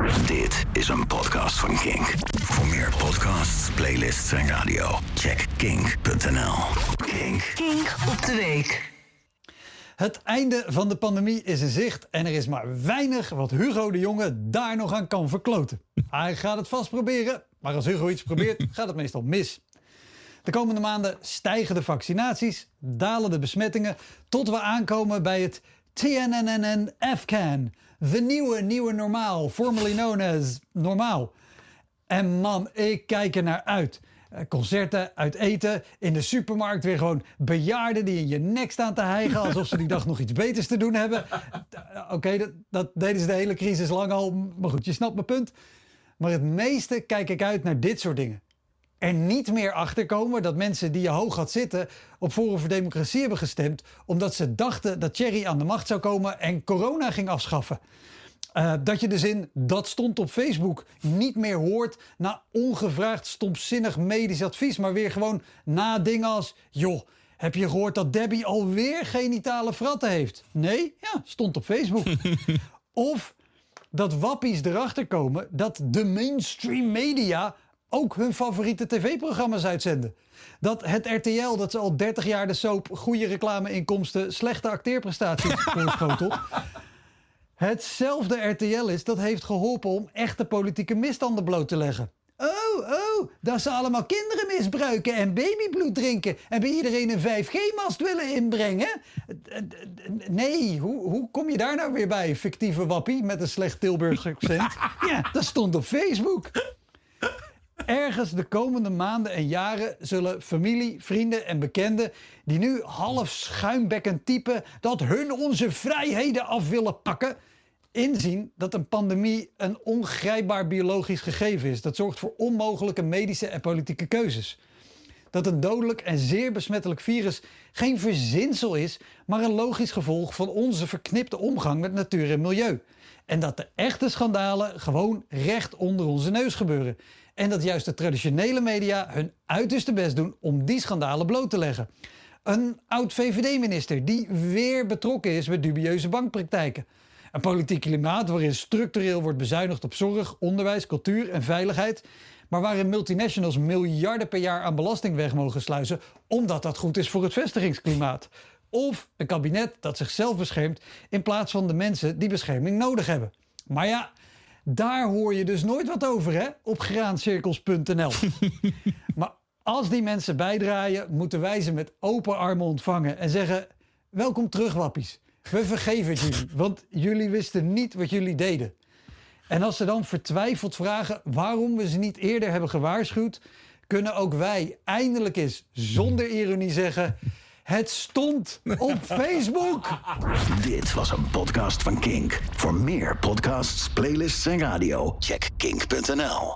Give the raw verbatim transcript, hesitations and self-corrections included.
Dit is een podcast van Kink. Voor meer podcasts, playlists en radio, check kink punt n l. Kink. Kink op de week. Het einde van de pandemie is in zicht en er is maar weinig wat Hugo de Jonge daar nog aan kan verkloten. Hij gaat het vast proberen, maar als Hugo iets probeert, gaat het meestal mis. De komende maanden stijgen de vaccinaties, dalen de besmettingen, tot we aankomen bij het T N N N F CAN, de nieuwe, nieuwe normaal, formerly known as normaal. En man, ik kijk er naar uit. Concerten, uit eten, in de supermarkt weer gewoon bejaarden die in je nek staan te hijgen alsof ze die dag nog iets beters te doen hebben. Oké, okay, dat, dat deden ze de hele crisis lang al, maar goed, je snapt mijn punt. Maar het meeste kijk ik uit naar dit soort dingen. Er niet meer achterkomen dat mensen die je hoog had zitten op Forum voor Democratie hebben gestemd omdat ze dachten dat Thierry aan de macht zou komen en corona ging afschaffen. Uh, dat je de zin "dat stond op Facebook" niet meer hoort na ongevraagd stomzinnig medisch advies, maar weer gewoon na dingen als: joh, heb je gehoord dat Debbie alweer genitale fratten heeft? Nee? Ja, stond op Facebook. Of dat wappies erachter komen dat de mainstream media ook hun favoriete tv-programma's uitzenden. Dat het R T L, dat ze al dertig jaar de soap goede reclameinkomsten, slechte acteerprestaties voorschotelt, hetzelfde R T L is dat heeft geholpen om echte politieke misstanden bloot te leggen. Oh, oh, dat ze allemaal kinderen misbruiken en babybloed drinken en bij iedereen een vijf G-mast willen inbrengen? Nee, hoe, hoe kom je daar nou weer bij, fictieve wappie met een slecht Tilburgs accent? Ja, dat stond op Facebook. Ergens de komende maanden en jaren zullen familie, vrienden en bekenden die nu half schuimbekkend typen dat hun onze vrijheden af willen pakken, inzien dat een pandemie een ongrijpbaar biologisch gegeven is. Dat zorgt voor onmogelijke medische en politieke keuzes. Dat een dodelijk en zeer besmettelijk virus geen verzinsel is, maar een logisch gevolg van onze verknipte omgang met natuur en milieu. En dat de echte schandalen gewoon recht onder onze neus gebeuren. En dat juist de traditionele media hun uiterste best doen om die schandalen bloot te leggen. Een oud-V V D-minister die weer betrokken is met dubieuze bankpraktijken. Een politiek klimaat waarin structureel wordt bezuinigd op zorg, onderwijs, cultuur en veiligheid, maar waarin multinationals miljarden per jaar aan belasting weg mogen sluizen omdat dat goed is voor het vestigingsklimaat. Of een kabinet dat zichzelf beschermt in plaats van de mensen die bescherming nodig hebben. Maar ja, daar hoor je dus nooit wat over, hè, op graancirkels punt n l. Maar als die mensen bijdraaien, moeten wij ze met open armen ontvangen en zeggen: welkom terug, wappies. We vergeven het jullie, want jullie wisten niet wat jullie deden. En als ze dan vertwijfeld vragen waarom we ze niet eerder hebben gewaarschuwd, kunnen ook wij eindelijk eens zonder ironie zeggen: het stond op Facebook. Dit was een podcast van Kink. Voor meer podcasts, playlists en radio, check kink punt n l.